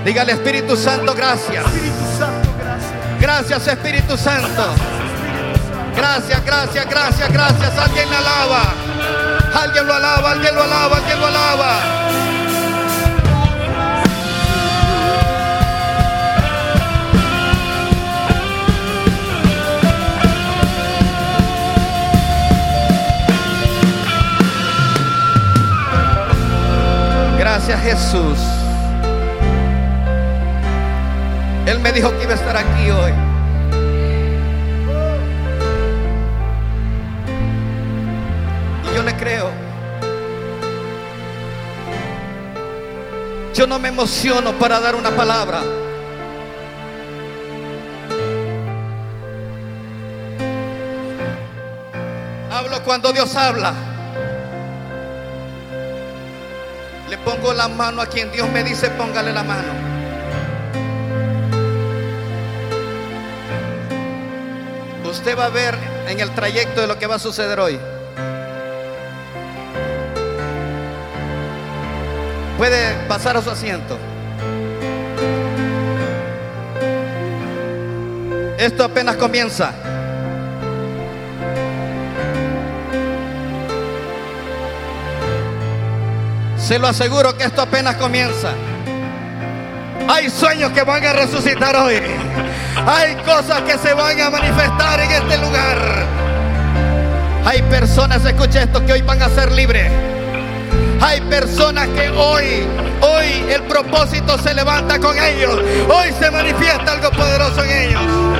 Dígale: Espíritu Santo, gracias. Espíritu Santo, gracias. Gracias, Espíritu Santo. Gracias, gracias, gracias, gracias. Alguien lo alaba. Alguien lo alaba, alguien lo alaba, alguien lo alaba. Gracias, Jesús. Él me dijo que iba a estar aquí hoy. Y yo le creo. Yo no me emociono para dar una palabra. Hablo cuando Dios habla. Le pongo la mano a quien Dios me dice póngale la mano. Usted va a ver en el trayecto de lo que va a suceder hoy. Puede pasar a su asiento. Esto apenas comienza. Se lo aseguro que esto apenas comienza. Hay sueños que van a resucitar hoy. Hay cosas que se van a manifestar en este lugar. Hay personas, escucha esto, que hoy van a ser libres. Hay personas que hoy el propósito se levanta con ellos. Hoy se manifiesta algo poderoso en ellos.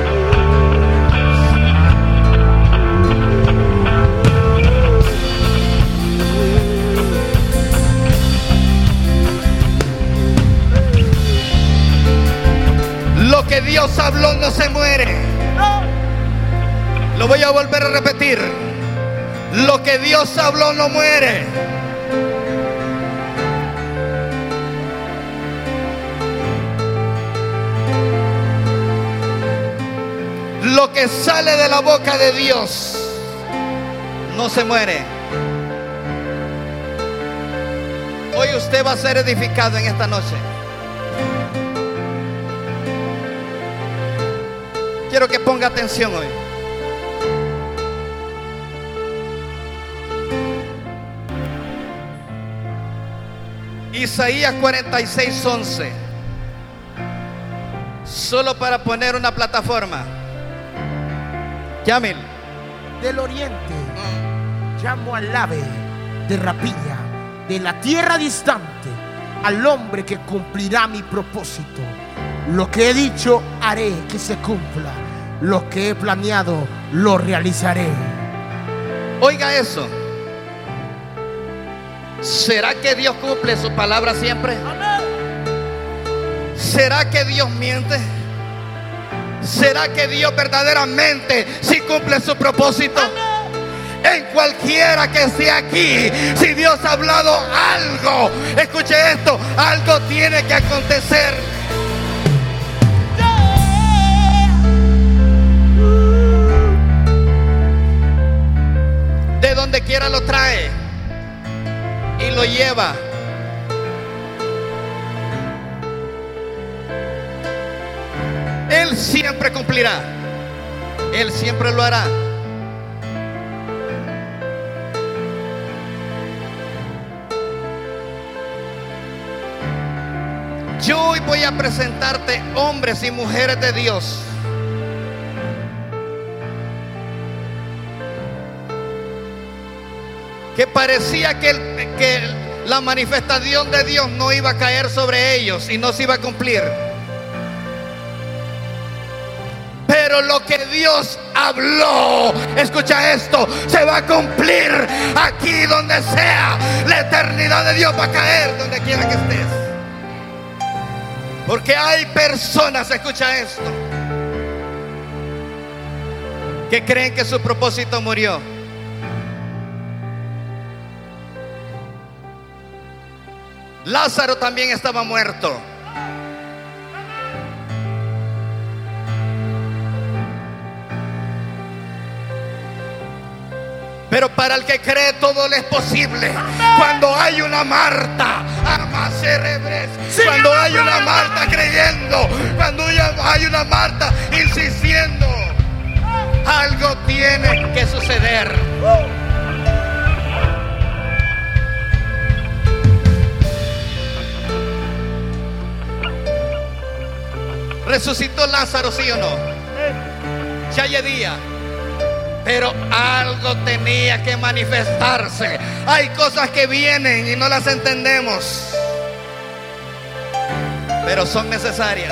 Lo que Dios habló no se muere. Lo voy a volver a repetir. Lo que Dios habló no muere. Lo que sale de la boca de Dios no se muere. Hoy usted va a ser edificado en esta noche. Quiero que ponga atención hoy. Isaías 46:11. Solo para poner una plataforma. Yamil. Del oriente llamo al ave de rapiña, de la tierra distante, al hombre que cumplirá mi propósito. Lo que he dicho haré que se cumpla. Lo que he planeado lo realizaré. Oiga eso. ¿Será que Dios cumple su palabra siempre? ¿Será que Dios miente? ¿Será que Dios verdaderamente sí cumple su propósito? En cualquiera que esté aquí, si Dios ha hablado algo, escuche esto, algo tiene que acontecer. De donde quiera lo trae y lo lleva. Él siempre cumplirá. Él siempre lo hará. Yo hoy voy a presentarte hombres y mujeres de Dios que parecía que la manifestación de Dios no iba a caer sobre ellos y no se iba a cumplir. Pero lo que Dios habló, escucha esto, se va a cumplir aquí donde sea. La eternidad de Dios va a caer donde quiera que estés. Porque hay personas, escucha esto, que creen que su propósito murió. Lázaro también estaba muerto. Pero para el que cree todo le es posible. Cuando hay una Marta, cuando hay una Marta creyendo a Marta insistiendo. Algo tiene que suceder. ¿Resucitó Lázaro, sí o no? Ya hay día. Pero algo tenía que manifestarse. Hay cosas que vienen y no las entendemos, pero son necesarias.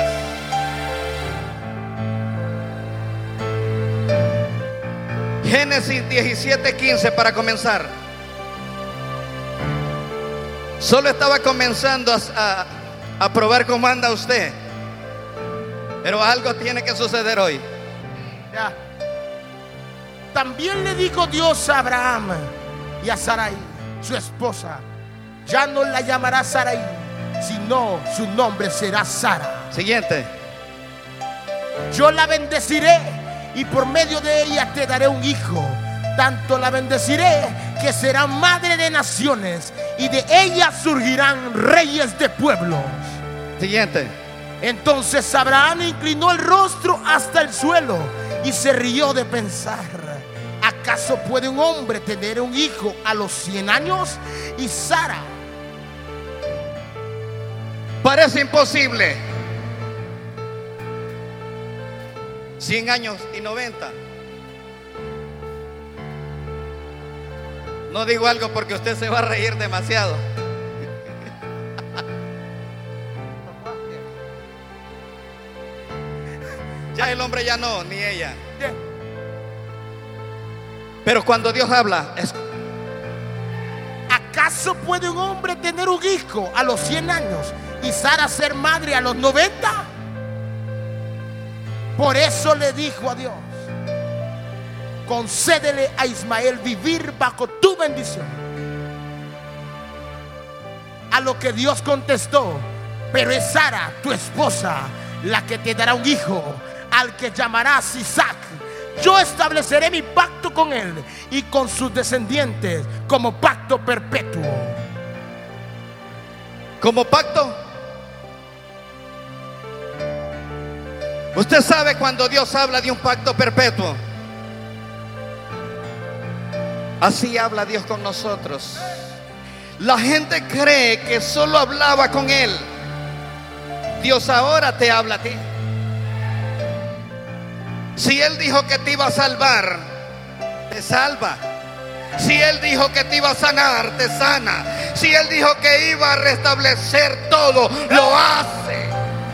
Génesis 17:15 para comenzar. Solo estaba comenzando a probar cómo anda usted, pero algo tiene que suceder hoy. Ya. También le dijo Dios a Abraham y a Sarai, su esposa: ya no la llamarás Sarai, sino su nombre será Sara. Siguiente. Yo la bendeciré y por medio de ella te daré un hijo. Tanto la bendeciré que será madre de naciones, y de ella surgirán reyes de pueblos. Siguiente. Entonces Abraham inclinó el rostro hasta el suelo y se rió de pensar: ¿acaso puede un hombre tener un hijo a los 100 años? Y Sara. Parece imposible. 100 años y 90. No digo algo porque usted se va a reír demasiado. Ya el hombre ya no, ni ella. Pero cuando Dios habla, ¿acaso puede un hombre tener un hijo a los 100 años y Sara ser madre a los 90? Por eso le dijo a Dios: concédele a Ismael vivir bajo tu bendición. A lo que Dios contestó: pero es Sara, tu esposa, la que te dará un hijo, al que llamarás Isaac. Yo estableceré mi pacto con él y con sus descendientes como pacto perpetuo. ¿Como pacto? Usted sabe cuando Dios habla de un pacto perpetuo. Así habla Dios con nosotros. La gente cree que solo hablaba con él. Dios ahora te habla a ti. Si Él dijo que te iba a salvar, te salva. Si Él dijo que te iba a sanar, te sana. Si Él dijo que iba a restablecer todo, lo hace.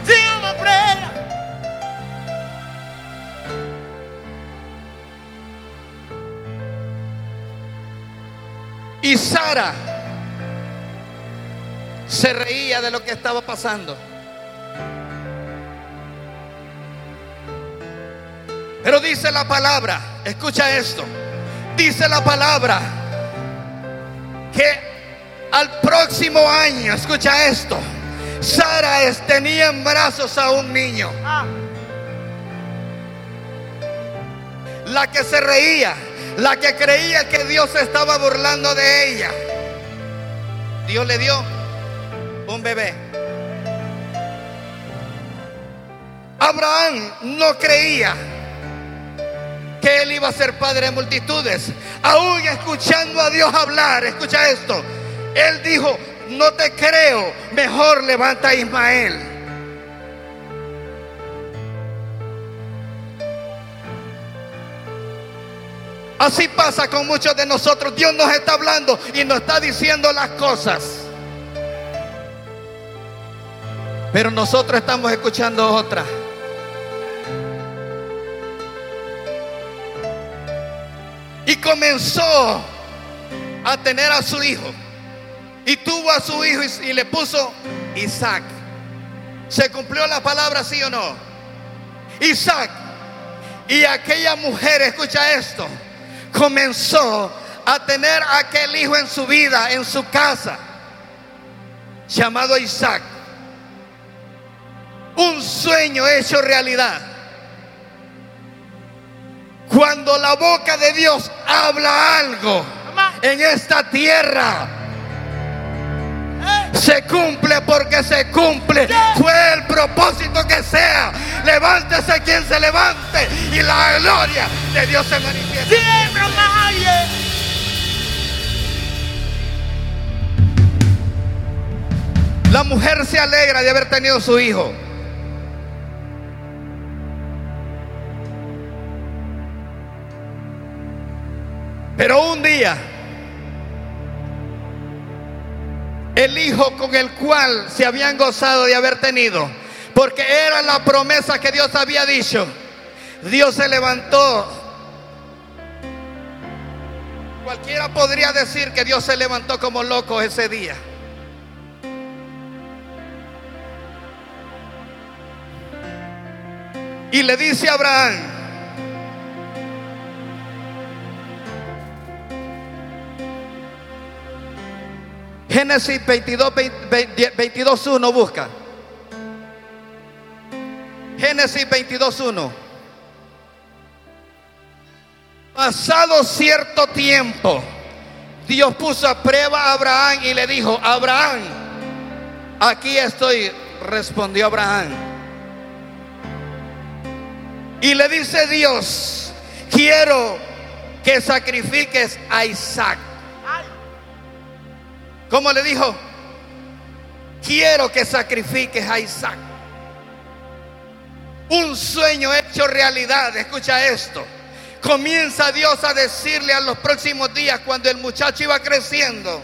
Y Sara se reía de lo que estaba pasando. Pero dice la palabra, escucha esto, dice la palabra que al próximo año, escucha esto, Sara tenía en brazos a un niño. La que se reía, la que creía que Dios se estaba burlando de ella, Dios le dio un bebé. Abraham no creía que él iba a ser padre de multitudes. Aún escuchando a Dios hablar, escucha esto, él dijo: no te creo, mejor levanta a Ismael. Así pasa con muchos de nosotros. Dios nos está hablando y nos está diciendo las cosas, pero nosotros estamos escuchando otra. Y comenzó a tener a su hijo. Y tuvo a su hijo y le puso Isaac. ¿Se cumplió la palabra, sí o no? Isaac. Y aquella mujer, escucha esto, comenzó a tener aquel hijo en su vida, en su casa, llamado Isaac. Un sueño hecho realidad. Cuando la boca de Dios habla algo en esta tierra, se cumple porque se cumple. Fue el propósito que sea, levántese quien se levante y la gloria de Dios se manifiesta. Tierra Maye. La mujer se alegra de haber tenido su hijo. Pero un día, el hijo con el cual se habían gozado de haber tenido, porque era la promesa que Dios había dicho, Dios se levantó. Cualquiera podría decir que Dios se levantó como loco ese día. Y le dice a Abraham: Génesis 22:1 busca. Génesis 22:1. Pasado cierto tiempo, Dios puso a prueba a Abraham y le dijo: Abraham, aquí estoy, respondió Abraham. Y le dice Dios: quiero que sacrifiques a Isaac. ¿Cómo le dijo? Quiero que sacrifiques a Isaac. Un sueño hecho realidad. Escucha esto. Comienza Dios a decirle a los próximos días, cuando el muchacho iba creciendo,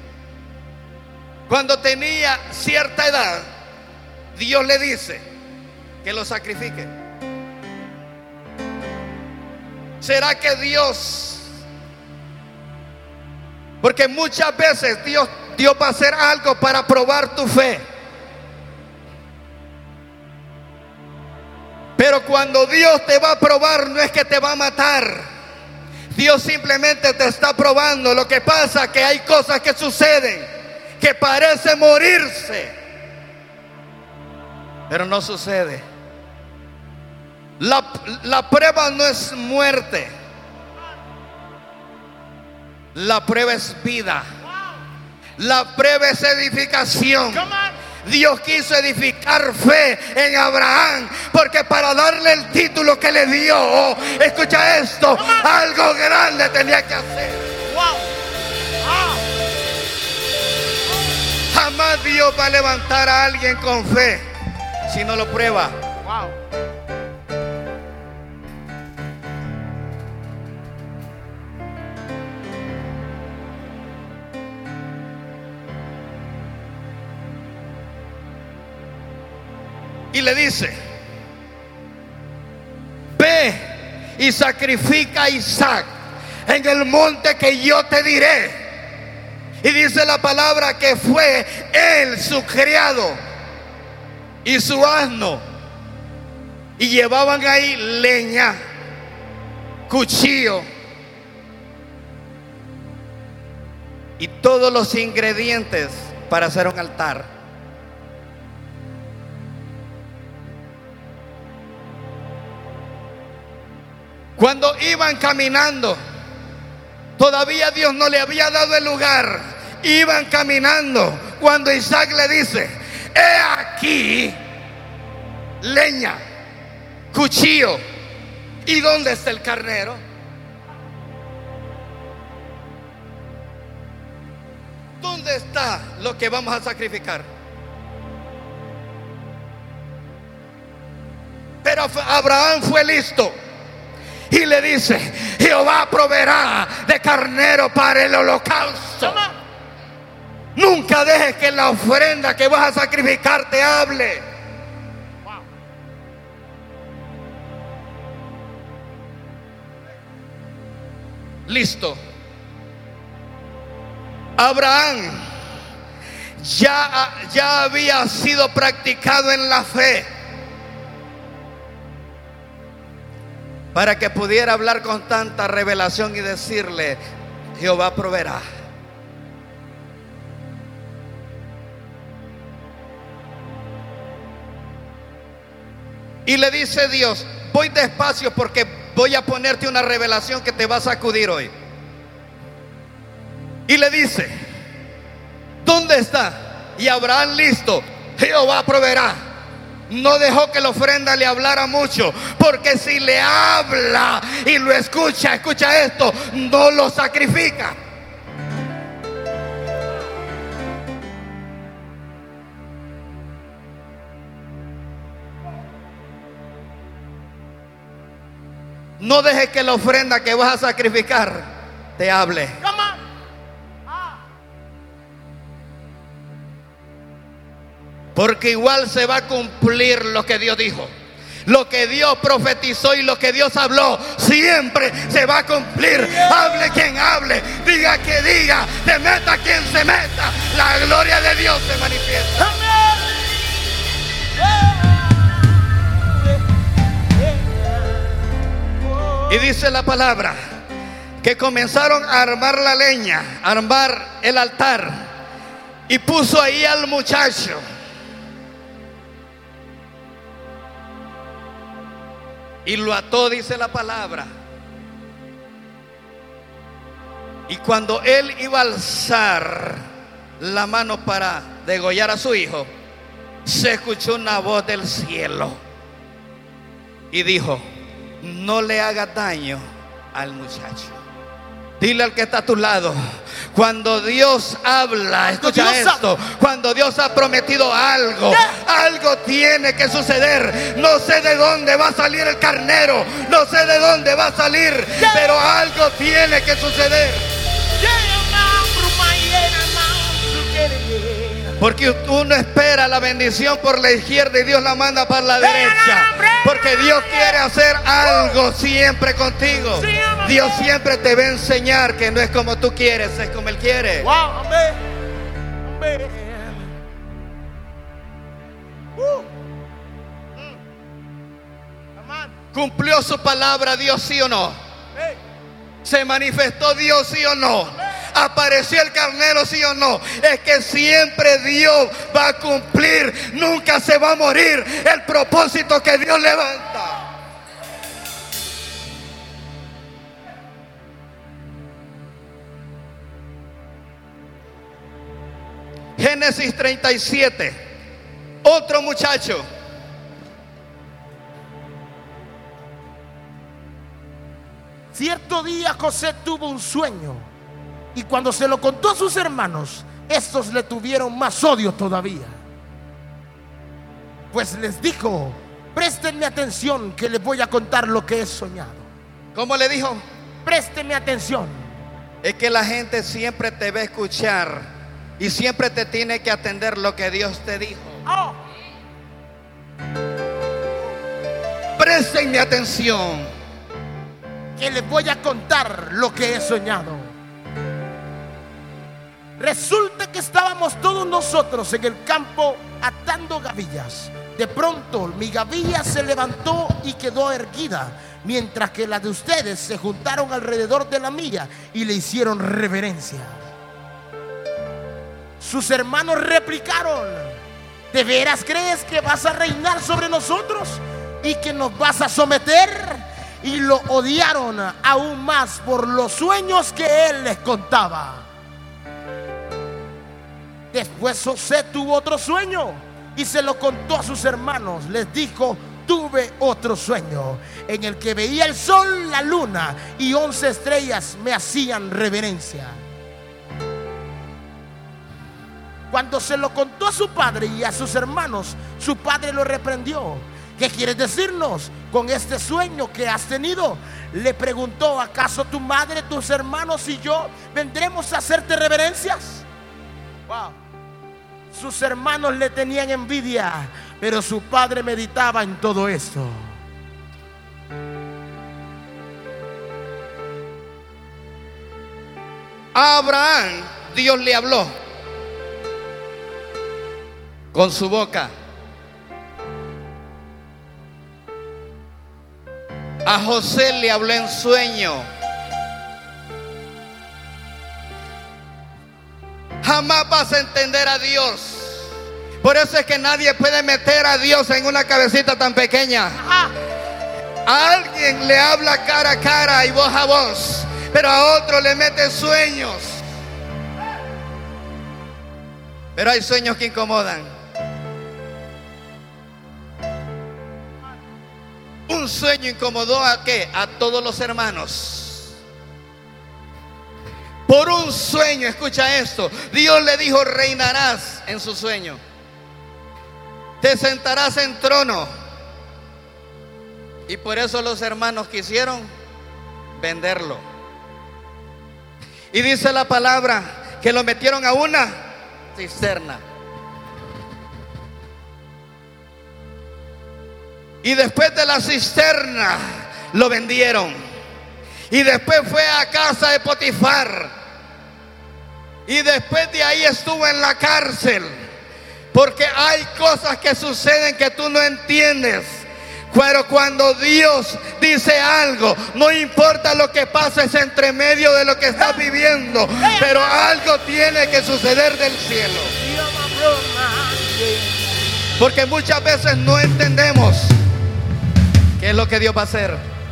cuando tenía cierta edad, Dios le dice que lo sacrifique. ¿Será que Dios? Porque muchas veces Dios va a hacer algo para probar tu fe. Pero cuando Dios te va a probar, no es que te va a matar. Dios simplemente te está probando. Lo que pasa es que hay cosas que suceden que parece morirse, pero no sucede. La prueba no es muerte. La prueba es vida. La prueba es edificación. Dios quiso edificar fe en Abraham, porque para darle el título que le dio, escucha esto, algo grande tenía que hacer. Jamás Dios va a levantar a alguien con fe si no lo prueba. Y le dice: ve y sacrifica a Isaac en el monte que yo te diré. Y dice la palabra que fue él, su criado y su asno, y llevaban ahí leña, cuchillo y todos los ingredientes para hacer un altar. Cuando iban caminando, todavía Dios no le había dado el lugar. Iban caminando cuando Isaac le dice: he aquí leña, cuchillo, ¿y dónde está el carnero? ¿Dónde está lo que vamos a sacrificar? Pero Abraham fue listo y le dice: Jehová proveerá de carnero para el holocausto. Nunca dejes que la ofrenda que vas a sacrificar te hable. Listo. Abraham ya había sido practicado en la fe, para que pudiera hablar con tanta revelación y decirle: Jehová proveerá. Y le dice Dios: voy despacio porque voy a ponerte una revelación que te va a sacudir hoy. Y le dice: ¿dónde está? Y Abraham listo: Jehová proveerá. no dejó que la ofrenda le hablara mucho, porque si le habla y lo escucha, escucha esto, no lo sacrifica. No dejes que la ofrenda que vas a sacrificar te hable. Porque igual se va a cumplir lo que Dios dijo. Lo que Dios profetizó y lo que Dios habló siempre se va a cumplir. Hable quien hable, diga que diga, se meta quien se meta, la gloria de Dios se manifiesta. Y dice la palabra que comenzaron a armar la leña, a armar el altar, y puso ahí al muchacho. Y lo ató, dice la palabra. Y cuando él iba a alzar la mano para degollar a su hijo, se escuchó una voz del cielo y dijo: no le hagas daño al muchacho. Dile al que está a tu lado, cuando Dios habla, escucha esto, cuando Dios ha prometido algo, algo tiene que suceder. No sé de dónde va a salir el carnero, no sé de dónde va a salir, pero algo tiene que suceder. Porque uno espera la bendición por la izquierda y Dios la manda para la derecha. Porque Dios quiere hacer algo siempre contigo. Dios siempre te va a enseñar que no es como tú quieres, es como Él quiere. ¿Cumplió su palabra Dios, sí o no? ¿Se manifestó Dios, sí o no? ¿Apareció el carnero, sí o no? Es que siempre Dios va a cumplir. Nunca se va a morir el propósito que Dios levanta. Génesis 37. Otro muchacho. Cierto día José tuvo un sueño, y cuando se lo contó a sus hermanos, estos le tuvieron más odio todavía. Pues les dijo: préstenme atención, que les voy a contar lo que he soñado. ¿Cómo le dijo? Préstenme atención. Es que la gente siempre te va a escuchar y siempre te tiene que atender lo que Dios te dijo. Préstenme atención, que les voy a contar lo que he soñado. Resulta que estábamos todos nosotros en el campo atando gavillas. De pronto mi gavilla se levantó y quedó erguida, mientras que las de ustedes se juntaron alrededor de la mía y le hicieron reverencia. Sus hermanos replicaron: ¿de veras crees que vas a reinar sobre nosotros y que nos vas a someter? Y lo odiaron aún más por los sueños que él les contaba. Después José tuvo otro sueño y se lo contó a sus hermanos. Les dijo: tuve otro sueño en el que veía el sol, la luna y 11 estrellas me hacían reverencia. Cuando se lo contó a su padre y a sus hermanos, su padre lo reprendió. ¿Qué quieres decirnos con este sueño que has tenido? Le preguntó: ¿acaso tu madre, tus hermanos y yo vendremos a hacerte reverencias? Sus hermanos le tenían envidia, pero su padre meditaba en todo esto. A Abraham Dios le habló con su boca. A José le habló en sueño. Jamás vas a entender a Dios. Por eso es que nadie puede meter a Dios en una cabecita tan pequeña. A alguien le habla cara a cara y voz a voz, pero a otro le mete sueños. Pero hay sueños que incomodan. Un sueño incomodó ¿a qué? A todos los hermanos. Por un sueño, escucha esto, Dios le dijo: reinarás en su sueño, te sentarás en trono. Y por eso los hermanos quisieron venderlo. Y dice la palabra que lo metieron a una cisterna. Y después de la cisterna lo vendieron. Y después fue a casa de Potifar. Y después de ahí estuvo en la cárcel. Porque hay cosas que suceden que tú no entiendes. Pero cuando Dios dice algo, no importa lo que pases entre medio de lo que estás viviendo, pero algo tiene que suceder del cielo. Porque muchas veces no entendemos qué es lo que Dios va a hacer.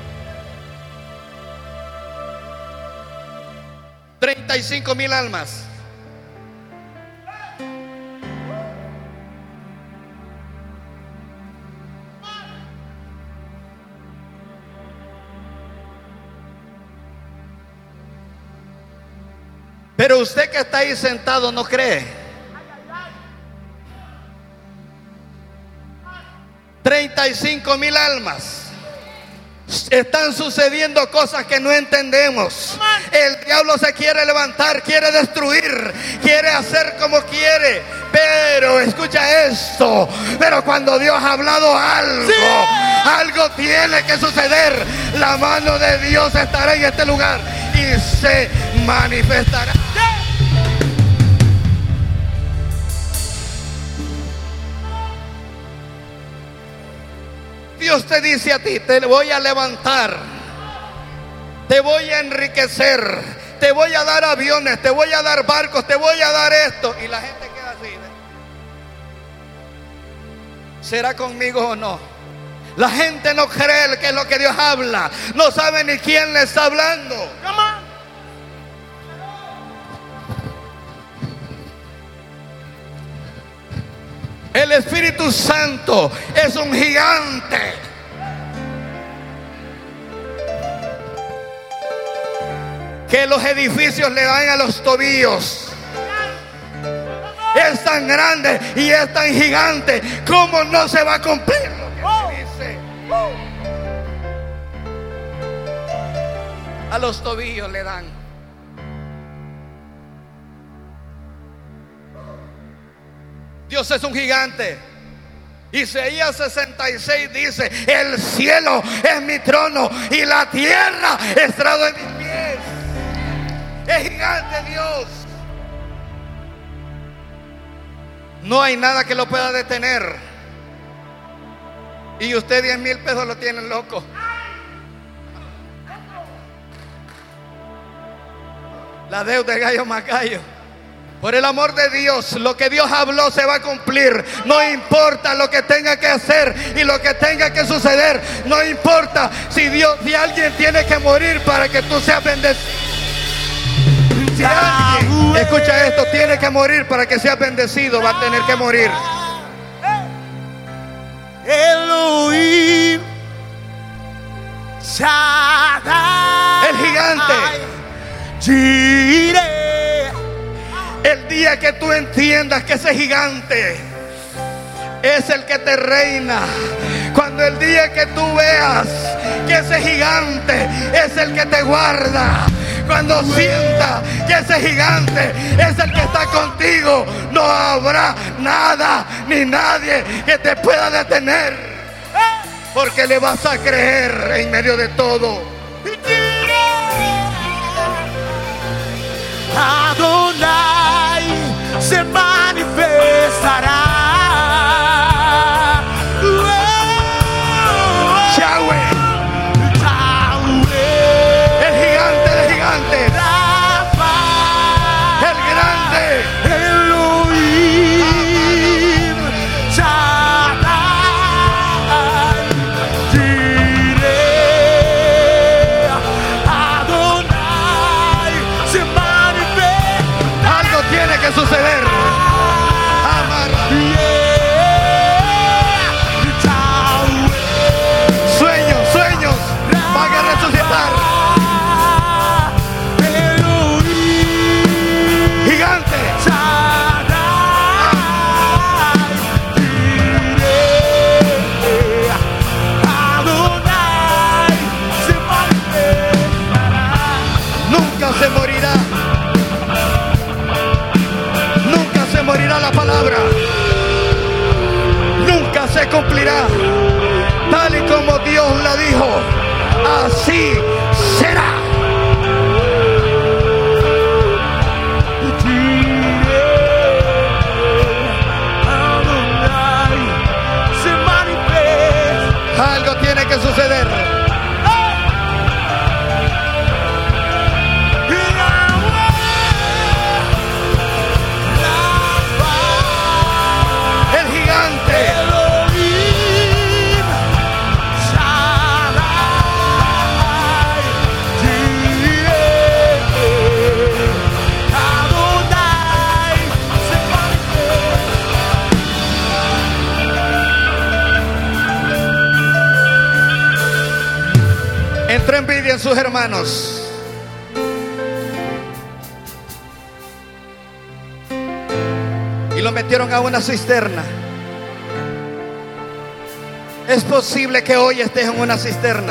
35,000 almas. Pero usted que está ahí sentado no cree. 35,000 almas. Están sucediendo cosas que no entendemos. El diablo se quiere levantar, quiere destruir, quiere hacer como quiere. Pero escucha esto, pero cuando Dios ha hablado algo, algo tiene que suceder. La mano de Dios estará en este lugar y se manifestará. Dios te dice a ti: te voy a levantar, te voy a enriquecer, te voy a dar aviones, te voy a dar barcos, te voy a dar esto. Y la gente queda así, ¿eh? ¿Será conmigo o no? La gente no cree que es lo que Dios habla, no sabe ni quién le está hablando. El Espíritu Santo es un gigante. Que los edificios le dan a los tobillos. Es tan grande y es tan gigante. ¿Cómo no se va a cumplir lo que se dice? A los tobillos le dan. Dios es un gigante. Isaías 66 dice: el cielo es mi trono y la tierra estrado de mis pies. Es gigante Dios. No hay nada que lo pueda detener. Y usted 10,000 pesos lo tiene loco. La deuda de gallo más gallo. Por el amor de Dios, lo que Dios habló se va a cumplir. No importa lo que tenga que hacer y lo que tenga que suceder. No importa si alguien tiene que morir para que tú seas bendecido. Si alguien, escucha esto, tiene que morir para que seas bendecido, va a tener que morir. Elohim Shaddai, el gigante. Jireh. El día que tú entiendas que ese gigante es el que te reina, cuando el día que tú veas que ese gigante es el que te guarda, cuando sientas que ese gigante es el que está contigo, no habrá nada ni nadie que te pueda detener, porque le vas a creer en medio de todo. Adonai se manifestará. Yahweh, el gigante de gigantes, el grande, Elohim Shaddai, Jireh, Adonai se manifestará. algo tiene que suceder. Amar. Tal y como Dios la dijo, así será. Algo tiene que suceder. El gigante. Entró envidia en sus hermanos. Y lo metieron a una cisterna. Es posible que hoy estés en una cisterna.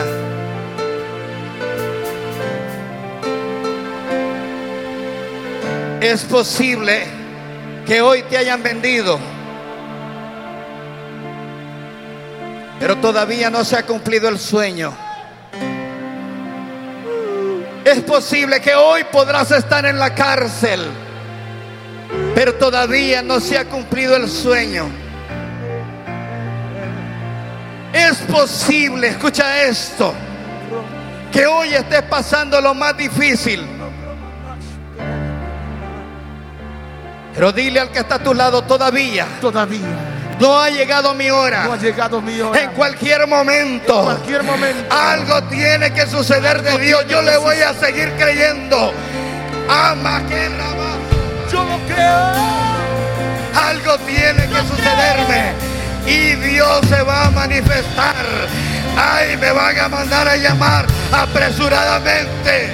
Es posible que hoy te hayan vendido, pero todavía no se ha cumplido el sueño. Es posible que hoy podrás estar en la cárcel, pero todavía no se ha cumplido el sueño. Es posible, escucha esto, que hoy estés pasando lo más difícil, pero dile al que está a tu lado: todavía no ha llegado mi hora. No ha llegado mi hora. En cualquier momento algo tiene que suceder de Dios. Yo le voy a seguir creyendo. Ama que yo lo creo. Algo tiene que sucederme y Dios se va a manifestar. Ay, me van a mandar a llamar apresuradamente.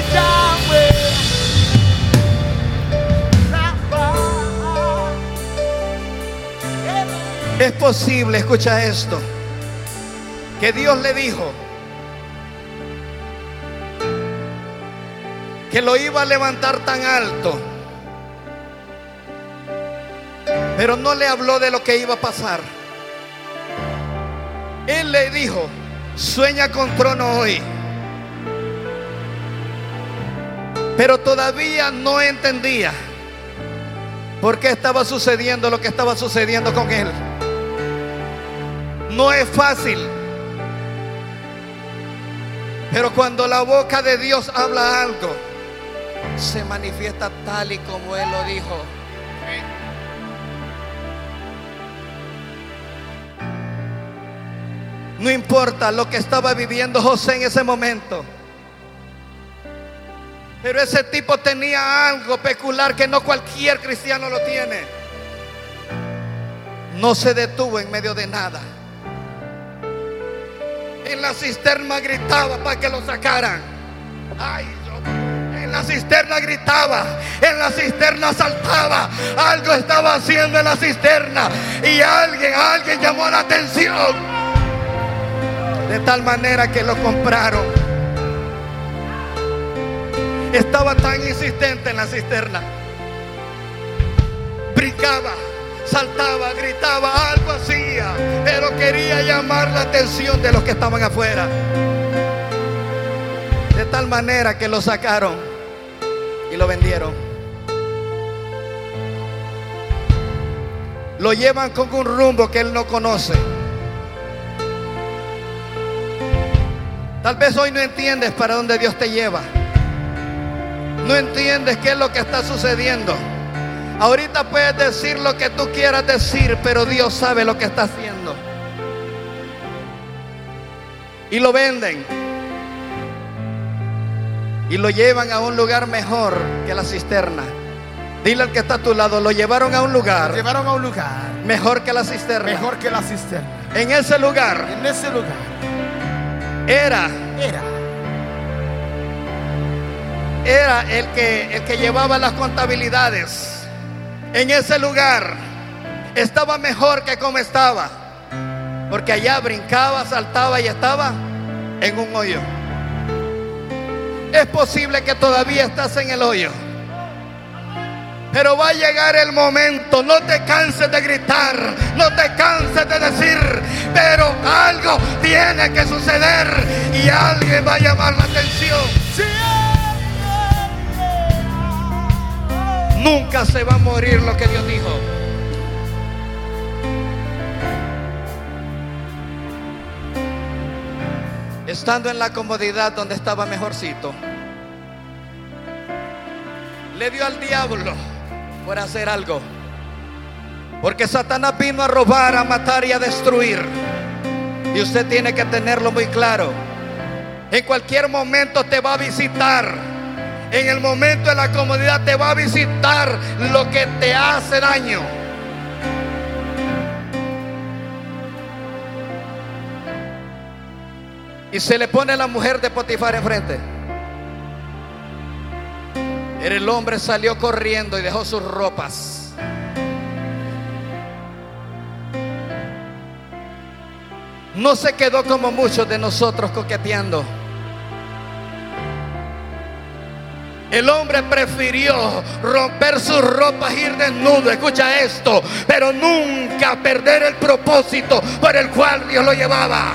Es posible, escucha esto, que Dios le dijo que lo iba a levantar tan alto, pero no le habló de lo que iba a pasar. Él le dijo: sueña con trono hoy. Pero todavía no entendía por qué estaba sucediendo lo que estaba sucediendo con él. No es fácil, pero cuando la boca de Dios habla algo, se manifiesta tal y como Él lo dijo. No importa lo que estaba viviendo José en ese momento, pero ese tipo tenía algo peculiar que no cualquier cristiano lo tiene. No se detuvo en medio de nada. En la cisterna gritaba para que lo sacaran. Ay, en la cisterna gritaba, en la cisterna saltaba. Algo estaba haciendo en la cisterna y alguien llamó la atención, de tal manera que lo compraron. Estaba tan insistente en la cisterna, brincaba, saltaba, gritaba, algo hacía, pero quería llamar la atención de los que estaban afuera. De tal manera que lo sacaron y lo vendieron. Lo llevan con un rumbo que él no conoce. Tal vez hoy no entiendes para dónde Dios te lleva. No entiendes qué es lo que está sucediendo. Ahorita puedes decir lo que tú quieras decir, pero Dios sabe lo que está haciendo. Y lo venden y lo llevan a un lugar mejor que la cisterna. Dile al que está a tu lado: lo llevaron a un lugar. Mejor que la cisterna. En ese lugar. Era el que llevaba las contabilidades. En ese lugar estaba mejor que como estaba, porque allá brincaba, saltaba y estaba en un hoyo. Es posible que todavía estás en el hoyo. Pero va a llegar el momento. No te canses de gritar, no te canses de decir, pero algo tiene que suceder y alguien va a llamar la atención. Nunca se va a morir lo que Dios dijo. Estando en la comodidad donde estaba mejorcito, le dio al diablo por hacer algo. Porque Satanás vino a robar, a matar y a destruir. Y usted tiene que tenerlo muy claro. En cualquier momento te va a visitar. En el momento de la comodidad te va a visitar lo que te hace daño. Y se le pone la mujer de Potifar enfrente. Pero el hombre salió corriendo y dejó sus ropas. No se quedó como muchos de nosotros coqueteando. El hombre prefirió romper sus ropas, ir desnudo, escucha esto, pero nunca perder el propósito por el cual Dios lo llevaba.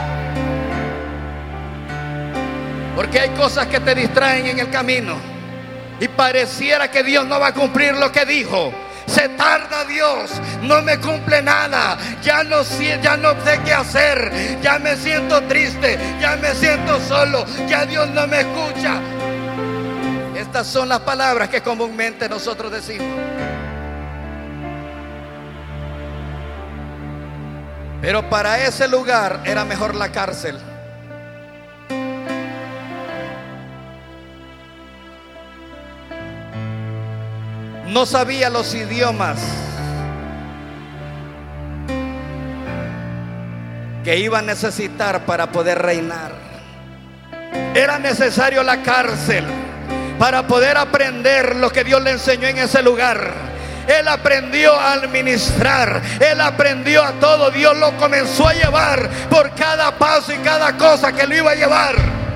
Porque hay cosas que te distraen en el camino y pareciera que Dios no va a cumplir lo que dijo. Se tarda Dios, no me cumple nada, ya no sé qué hacer, ya me siento triste, ya me siento solo, ya Dios no me escucha. Estas son las palabras que comúnmente nosotros decimos. Pero para ese lugar era mejor la cárcel. No sabía los idiomas que iba a necesitar para poder reinar. Era necesario la cárcel para poder aprender lo que Dios le enseñó en ese lugar. Él aprendió a administrar, él aprendió a todo. Dios lo comenzó a llevar por cada paso y cada cosa que lo iba a llevar.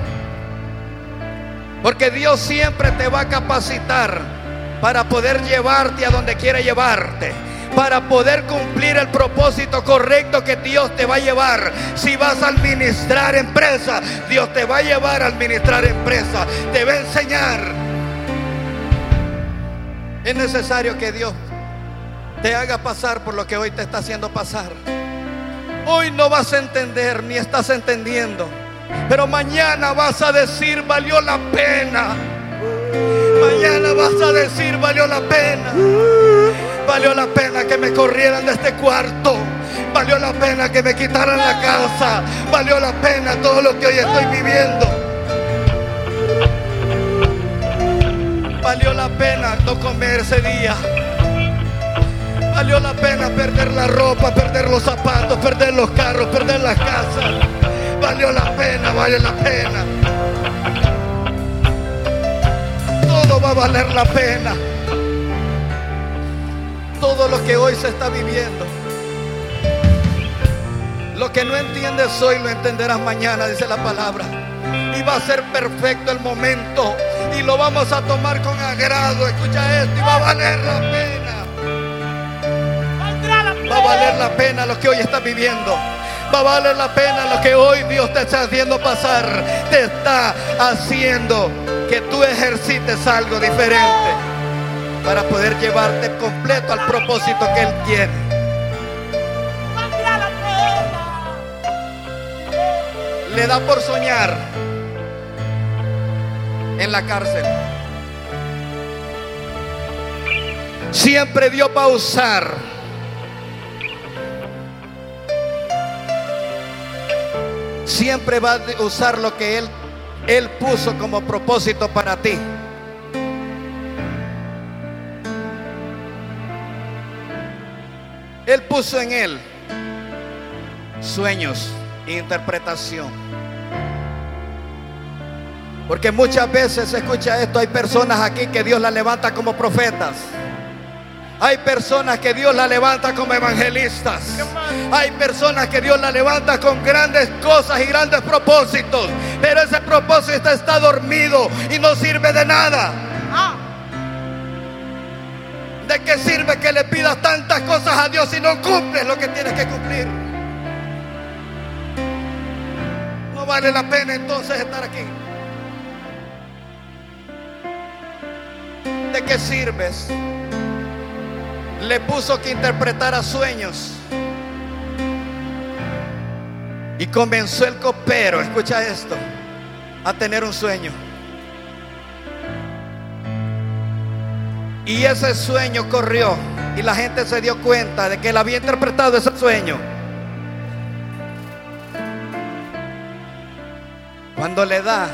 Porque Dios siempre te va a capacitar para poder llevarte a donde quiere llevarte, para poder cumplir el propósito correcto que Dios te va a llevar. Si vas a administrar empresa, Dios te va a llevar a administrar empresa, te va a enseñar. Es necesario que Dios te haga pasar por lo que hoy te está haciendo pasar. Hoy no vas a entender ni estás entendiendo, pero mañana vas a decir: valió la pena. Mañana vas a decir: valió la pena. Valió la pena que me corrieran de este cuarto. Valió la pena que me quitaran la casa. Valió la pena todo lo que hoy estoy viviendo. Valió la pena no comer ese día. Valió la pena perder la ropa, perder los zapatos, perder los carros, perder las casas. Valió la pena, vale la pena. Todo va a valer la pena. Todo lo que hoy se está viviendo, lo que no entiendes hoy lo entenderás mañana, dice la palabra. Y va a ser perfecto el momento y lo vamos a tomar con agrado. Escucha esto, y va a valer la pena. Va a valer la pena lo que hoy estás viviendo. Va a valer la pena lo que hoy Dios te está haciendo pasar. Te está haciendo que tú ejercites algo diferente para poder llevarte completo al propósito que Él tiene. Le da por soñar en la cárcel. Siempre Dios va a usar siempre va a usar lo que Él puso como propósito para ti. Él puso en él sueños e interpretación. Porque muchas veces, escucha esto, hay personas aquí que Dios las levanta como profetas. Hay personas que Dios las levanta como evangelistas. Hay personas que Dios las levanta con grandes cosas y grandes propósitos. Pero ese propósito está dormido y no sirve de nada. ¿De qué sirve que le pidas tantas cosas a Dios si no cumples lo que tienes que cumplir? No vale la pena entonces estar aquí. ¿De qué sirves? Le puso que interpretara sueños. Y comenzó el copero, escucha esto, a tener un sueño. Y ese sueño corrió y la gente se dio cuenta de que él había interpretado ese sueño. Cuando le da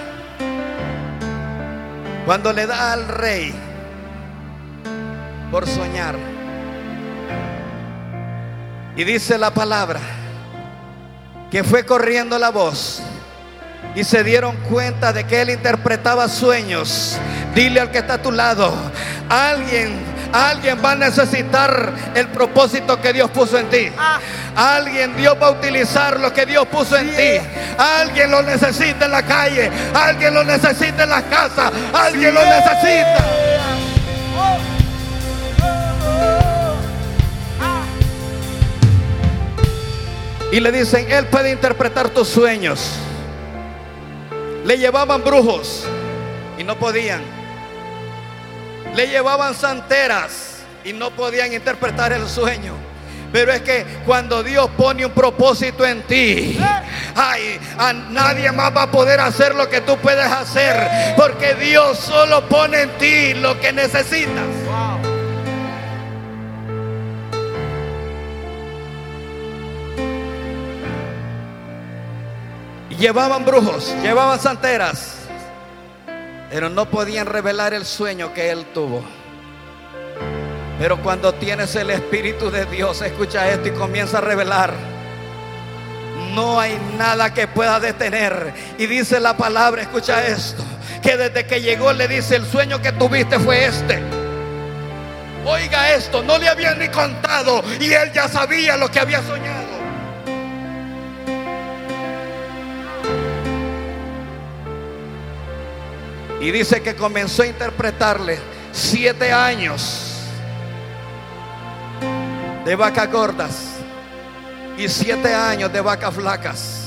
al rey por soñar, y dice la palabra que fue corriendo la voz y se dieron cuenta de que él interpretaba sueños. Dile al que está a tu lado: alguien va a necesitar el propósito que Dios puso en ti. Alguien, Dios va a utilizar lo que Dios puso en ti. Alguien lo necesita en la calle, alguien lo necesita en la casa, alguien lo necesita. Y le dicen: él puede interpretar tus sueños. Le llevaban brujos y no podían. Le llevaban santeras y no podían interpretar el sueño. Pero es que cuando Dios pone un propósito en ti, a nadie más va a poder hacer lo que tú puedes hacer, porque Dios solo pone en ti lo que necesitas. Llevaban brujos, llevaban santeras, pero no podían revelar el sueño que él tuvo. Pero cuando tienes el Espíritu de Dios, escucha esto, y comienza a revelar, no hay nada que pueda detener. Y dice la palabra, escucha esto, que desde que llegó le dice: el sueño que tuviste fue este. Oiga esto, no le habían ni contado y él ya sabía lo que había soñado. Y dice que comenzó a interpretarle 7 años de vacas gordas y 7 años de vacas flacas.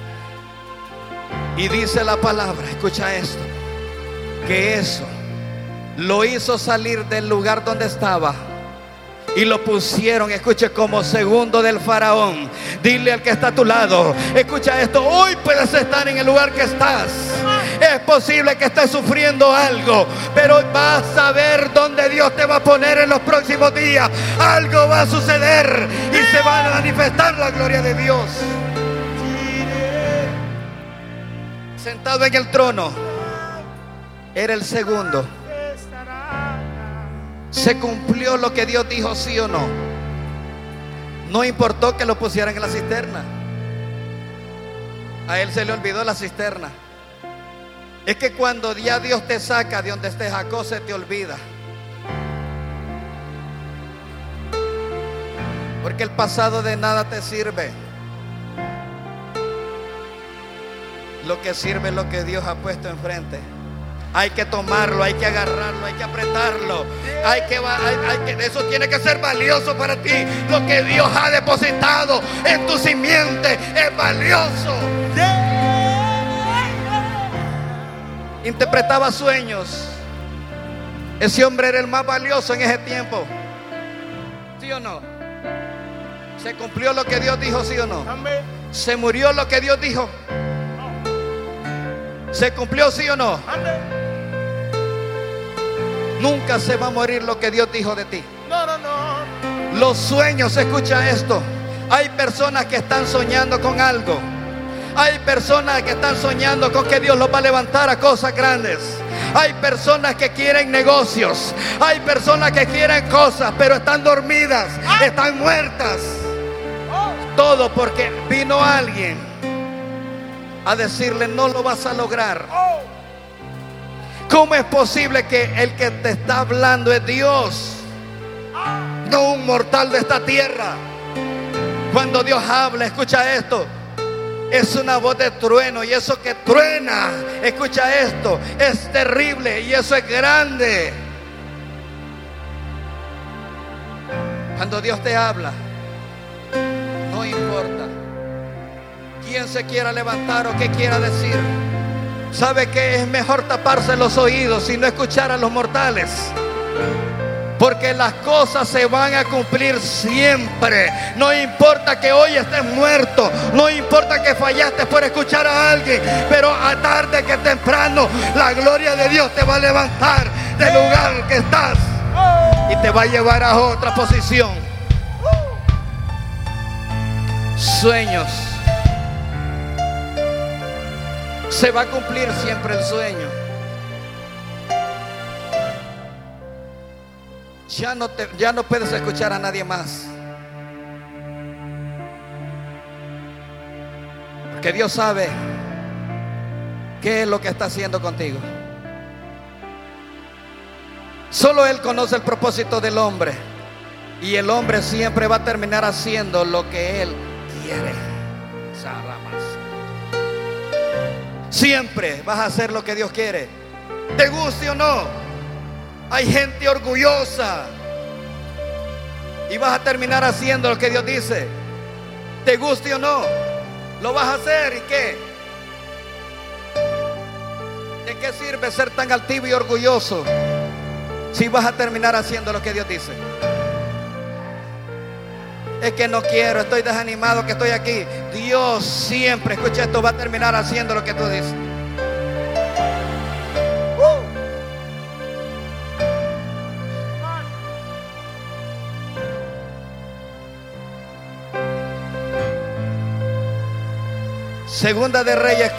Y dice la palabra, escucha esto, que eso lo hizo salir del lugar donde estaba y lo pusieron, escuche, como segundo del faraón. Dile al que está a tu lado, escucha esto, hoy puedes estar en el lugar que estás. Es posible que estés sufriendo algo, pero vas a ver dónde Dios te va a poner en los próximos días. Algo va a suceder y se va a manifestar la gloria de Dios. Sentado en el trono, era el segundo. Se cumplió lo que Dios dijo, sí o no. No importó que lo pusieran en la cisterna. A él se le olvidó la cisterna. Es que cuando ya Dios te saca de donde te sacó, se te olvida. Porque el pasado de nada te sirve. Lo que sirve es lo que Dios ha puesto enfrente. Hay que tomarlo, hay que agarrarlo, hay que apretarlo. Eso tiene que ser valioso para ti. Lo que Dios ha depositado en tu simiente es valioso. Interpretaba sueños. Ese hombre era el más valioso en ese tiempo. ¿Sí o no? ¿Se cumplió lo que Dios dijo, sí o no? ¿Se murió lo que Dios dijo? ¿Se cumplió, sí o no? Nunca se va a morir lo que Dios dijo de ti. No. Los sueños, escucha esto. Hay personas que están soñando con algo. Hay personas que están soñando con que Dios los va a levantar a cosas grandes. Hay personas que quieren negocios. Hay personas que quieren cosas, pero están dormidas, están muertas. Todo porque vino alguien a decirle: no lo vas a lograr. ¿Cómo es posible que el que te está hablando es Dios, no un mortal de esta tierra? Cuando Dios habla, escucha esto, es una voz de trueno, y eso que truena, escucha esto, es terrible y eso es grande. Cuando Dios te habla, no importa quién se quiera levantar o qué quiera decir. ¿Sabe que es mejor taparse los oídos y no escuchar a los mortales? Porque las cosas se van a cumplir siempre. No importa que hoy estés muerto, no importa que fallaste por escuchar a alguien, pero a tarde que temprano la gloria de Dios te va a levantar del lugar que estás y te va a llevar a otra posición. Sueños. Se va a cumplir siempre el sueño. Ya no puedes escuchar a nadie más. Porque Dios sabe qué es lo que está haciendo contigo. Solo Él conoce el propósito del hombre. Y el hombre siempre va a terminar haciendo lo que Él quiere. Siempre vas a hacer lo que Dios quiere, te guste o no. Hay gente orgullosa y vas a terminar haciendo lo que Dios dice, te guste o no. Lo vas a hacer. ¿Y qué? ¿De qué sirve ser tan altivo y orgulloso si vas a terminar haciendo lo que Dios dice? Es que no quiero, estoy desanimado, que estoy aquí. Dios siempre, escucha esto, va a terminar haciendo lo que tú dices. Segunda de Reyes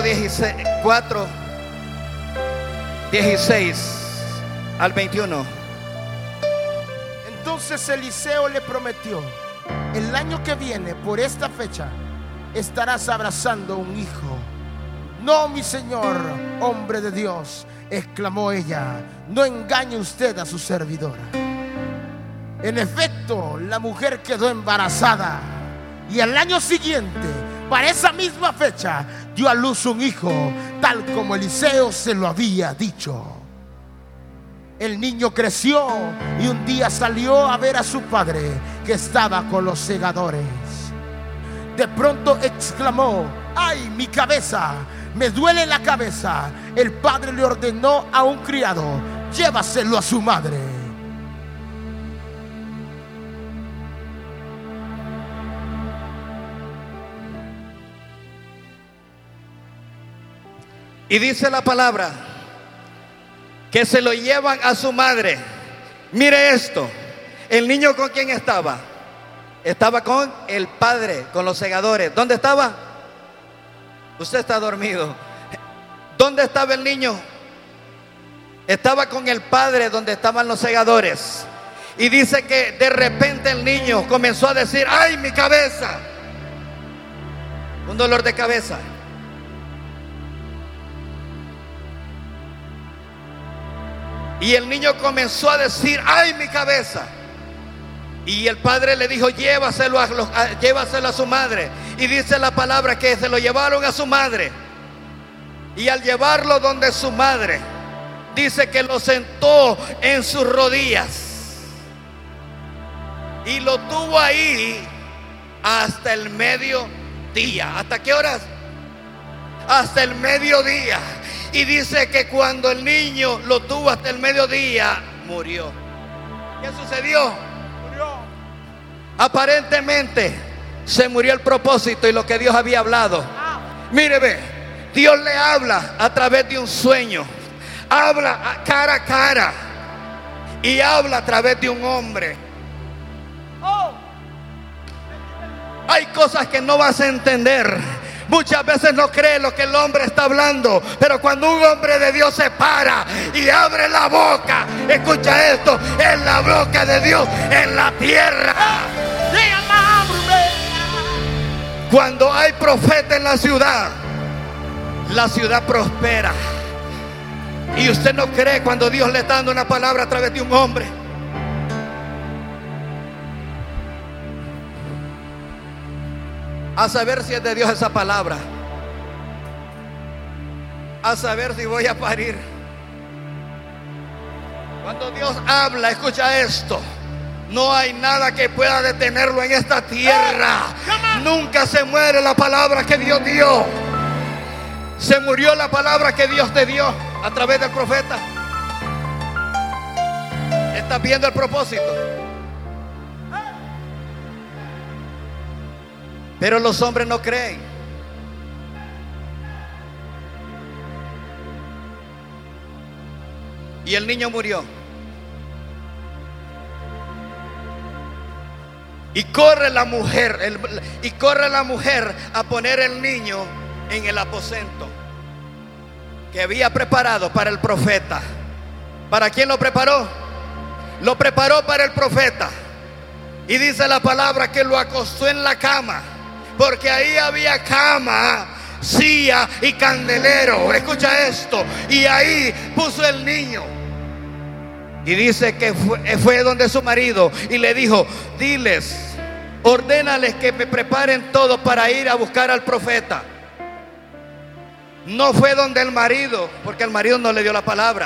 4:16 al 21. Entonces Eliseo le prometió: el año que viene, por esta fecha, estarás abrazando un hijo. No, mi señor, hombre de Dios, exclamó ella, no engañe usted a su servidora. En efecto, la mujer quedó embarazada y al año siguiente, para esa misma fecha, dio a luz un hijo, tal como Eliseo se lo había dicho. El niño creció y un día salió a ver a su padre, que estaba con los segadores. De pronto exclamó: ¡ay, mi cabeza! Me duele la cabeza. El padre le ordenó a un criado: llévaselo a su madre. Y dice la palabra que se lo llevan a su madre. Mire esto. El niño, ¿con quién estaba? Estaba con el padre, con los segadores. ¿Dónde estaba? Usted está dormido. ¿Dónde estaba el niño? Estaba con el padre, donde estaban los segadores. Y dice que de repente el niño comenzó a decir: ¡ay, mi cabeza! Un dolor de cabeza. Y el niño comenzó a decir: ¡ay, mi cabeza! Y el padre le dijo: llévaselo a su madre. Y dice la palabra que se lo llevaron a su madre. Y al llevarlo donde su madre, dice que lo sentó en sus rodillas. Y lo tuvo ahí hasta el mediodía. ¿Hasta qué horas? Hasta el mediodía. Y dice que cuando el niño lo tuvo hasta el mediodía, murió. ¿Qué sucedió? Murió. Aparentemente se murió el propósito y lo que Dios había hablado. Mire, ve, Dios le habla a través de un sueño. Habla cara a cara. Y habla a través de un hombre. Hay cosas que no vas a entender. Muchas veces no crees lo que el hombre está hablando, pero cuando un hombre de Dios se para y abre la boca, escucha esto, es la boca de Dios en la tierra. Cuando hay profeta en la ciudad prospera. Y usted no cree cuando Dios le está dando una palabra a través de un hombre. A saber si es de Dios esa palabra. A saber si voy a parir. Cuando Dios habla, escucha esto, No hay nada que pueda detenerlo en esta tierra. Nunca se muere la palabra que Dios dio. Se murió la palabra que Dios te dio a través del profeta. ¿Estás viendo el propósito? Pero los hombres no creen. Y el niño murió. Y corre la mujer a poner el niño en el aposento que había preparado para el profeta. ¿Para quién lo preparó? Lo preparó para el profeta. Y dice la palabra que lo acostó en la cama, porque ahí había cama, silla y candelero. Escucha esto. Y ahí puso el niño. Y dice que fue donde su marido y le dijo: diles, ordénales que me preparen todo para ir a buscar al profeta. No fue donde el marido, porque el marido no le dio la palabra.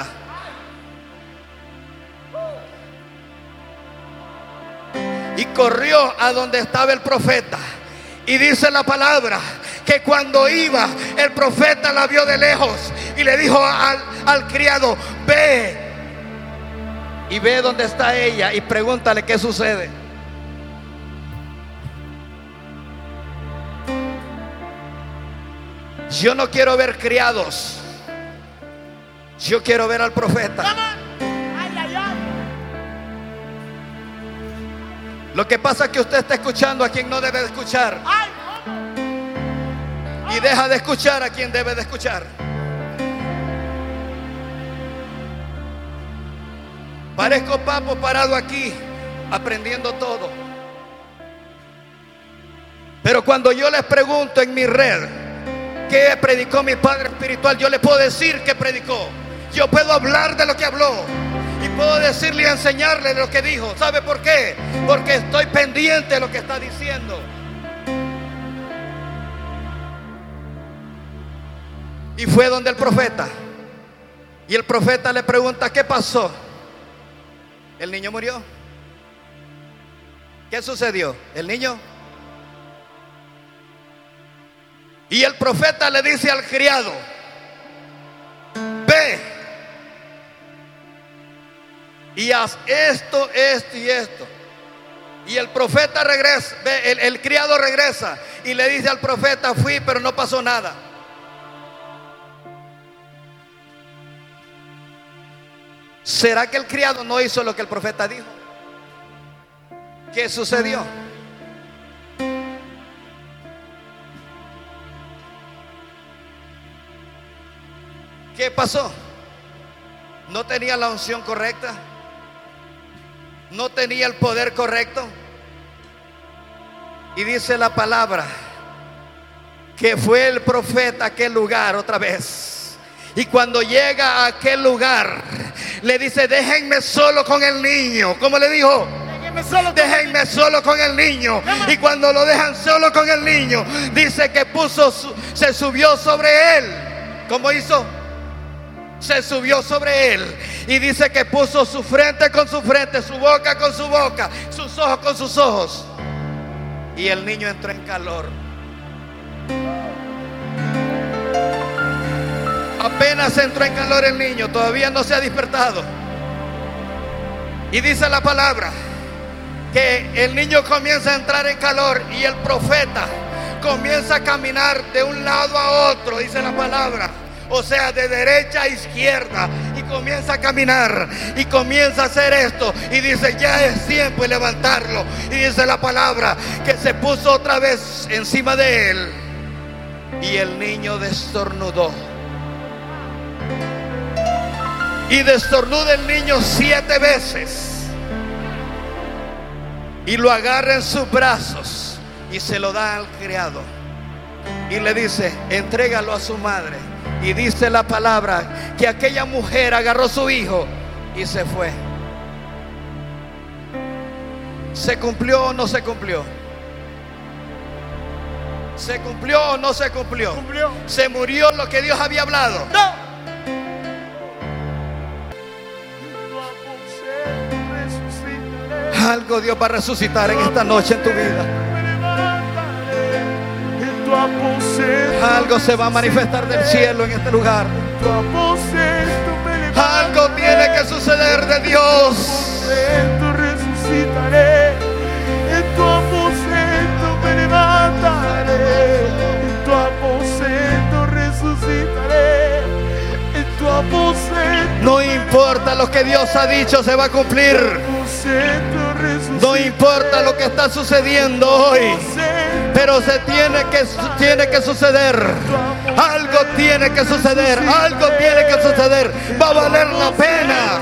Y corrió a donde estaba el profeta. Y dice la palabra que cuando iba, el profeta la vio de lejos y le dijo al criado: ve y ve dónde está ella y pregúntale qué sucede. Yo no quiero ver criados, yo quiero ver al profeta. Lo que pasa es que usted está escuchando a quien no debe de escuchar y deja de escuchar a quien debe de escuchar. Parezco papo parado aquí aprendiendo todo, pero cuando yo les pregunto en mi red qué predicó mi padre espiritual, yo le puedo decir qué predicó. Yo puedo hablar de lo que habló y puedo decirle y enseñarle lo que dijo. ¿Sabe por qué? Porque estoy pendiente de lo que está diciendo. Y fue donde el profeta, y el profeta le pregunta: ¿qué pasó? El niño murió. ¿Qué sucedió? El niño. Y el profeta le dice al criado: ve y haz esto, esto y esto. Y el profeta regresa, el criado regresa y le dice al profeta: fui, pero no pasó nada. ¿Será que el criado no hizo lo que el profeta dijo? ¿Qué sucedió? ¿Qué pasó? ¿No tenía la unción correcta? ¿No tenía el poder correcto? Y dice la palabra que fue el profeta a aquel lugar otra vez. Y cuando llega a aquel lugar, le dice: déjenme solo con el niño. ¿Cómo le dijo? Déjenme solo con el niño. Y cuando lo dejan solo con el niño, dice que se subió sobre él. ¿Cómo hizo? Se subió sobre él y dice que puso su frente con su frente, su boca con su boca, sus ojos con sus ojos, y el niño entró en calor. Apenas entró en calor el niño, todavía no se ha despertado. Y dice la palabra que el niño comienza a entrar en calor y el profeta comienza a caminar de un lado a otro, dice la palabra. O sea, de derecha a izquierda. Y comienza a caminar y comienza a hacer esto. Y dice: ya es tiempo de levantarlo. Y dice la palabra que se puso otra vez encima de él. Y el niño destornudó. Y destornuda el niño 7 veces. Y lo agarra en sus brazos y se lo da al criado. Y le dice: entrégalo a su madre. Y dice la palabra que aquella mujer agarró su hijo y se fue. ¿Se cumplió o no se cumplió? ¿Se cumplió o no se cumplió? ¿Se murió lo que Dios había hablado? No. Algo Dios va a resucitar en esta noche en tu vida. Algo se va a manifestar del cielo en este lugar. Algo tiene que suceder de Dios. Resucitaré, en tu aposento me levantaré, en tu aposento resucitaré, en tu aposento. No importa lo que Dios ha dicho, se va a cumplir. No importa lo que está sucediendo hoy, pero se tiene que suceder. Algo tiene que suceder. Algo tiene que suceder. Va a valer la pena.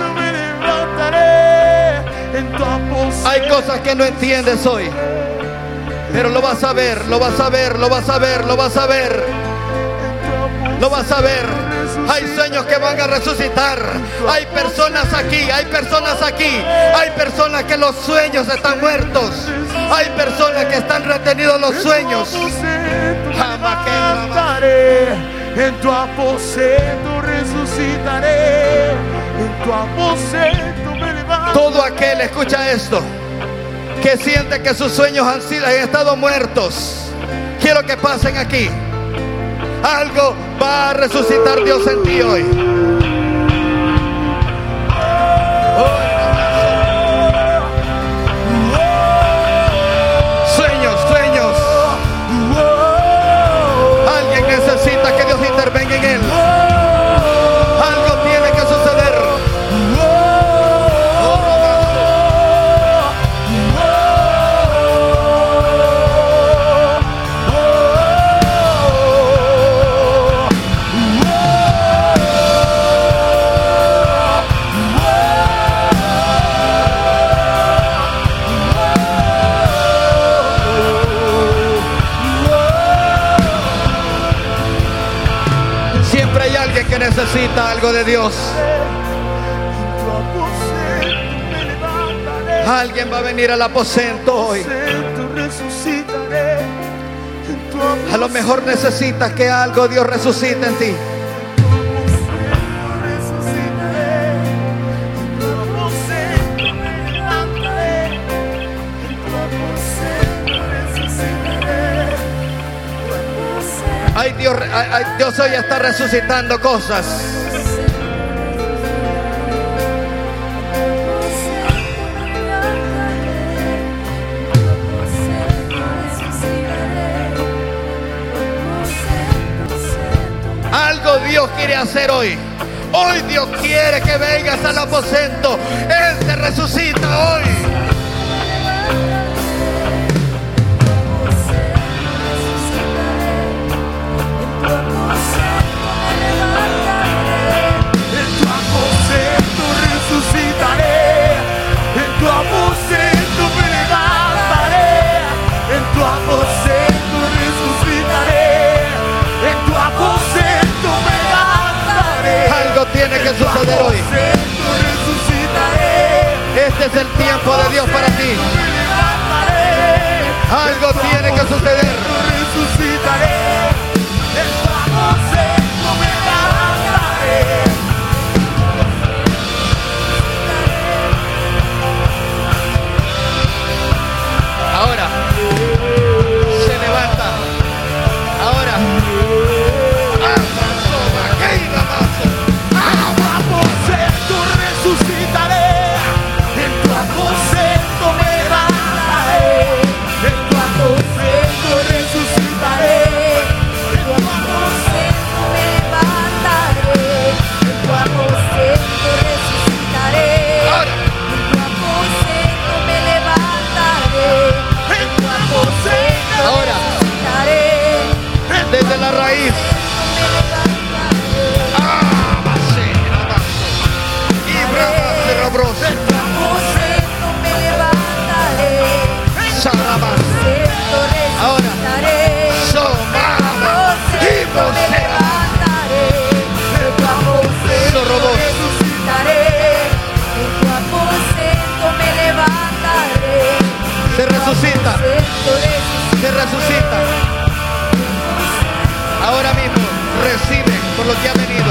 Hay cosas que no entiendes hoy, pero lo vas a ver, lo vas a ver, lo vas a ver, lo vas a ver. Lo vas a ver. Hay sueños que van a resucitar. Hay personas aquí, hay personas aquí. Hay personas que los sueños están muertos. Hay personas que están retenidos los sueños. En tu aposento resucitaré. En tu aposento me levantaré. Todo aquel, escucha esto, que siente que sus sueños han estado muertos, quiero que pasen aquí. Algo va a resucitar Dios en ti hoy. Sueños, sueños. Alguien necesita que Dios intervenga en él. Algo tiene que suceder. Que necesita algo de Dios. Alguien va a venir al aposento hoy. A lo mejor necesitas que algo Dios resucite en ti. Ay, Dios hoy está resucitando cosas. Algo Dios quiere hacer hoy. Hoy Dios quiere que vengas al aposento. Él te resucita hoy. Tiene que suceder hoy. Este es el tiempo de Dios para ti. Algo tiene que suceder. Ahora se levanta. Ahora. Resucitaré, en tu aposento me levantaré, en tu aposento resucitaré, en tu aposento me levantaré, en tu aposento resucitaré, en tu aposento me levantaré, en tu aposento resucitaré. Desde la raíz. En tu aposento me levantaré, en tu aposento resucitaré, en tu aposento me levantaré, en tu aposento resucitaré, en tu aposento me levantaré. Se resucita, se resucita. Ahora mismo recibe por lo que ha venido.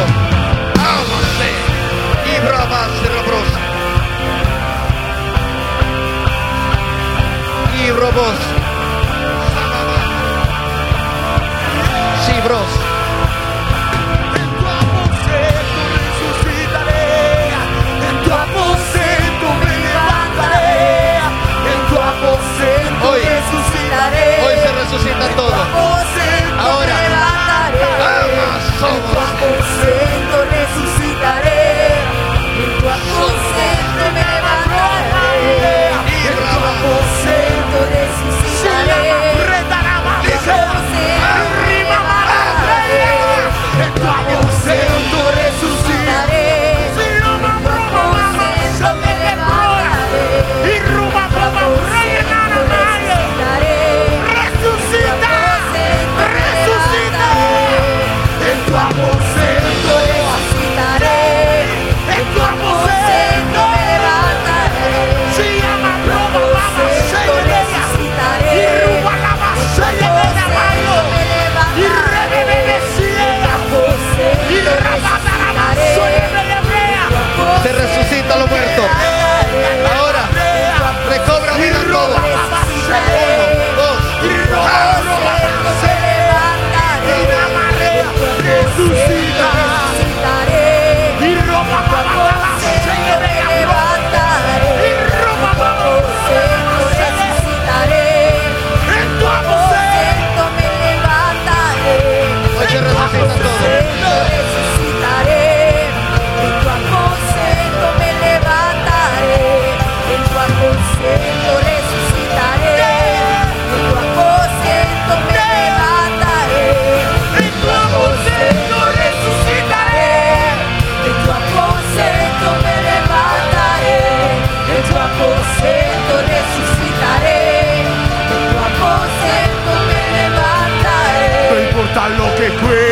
que tú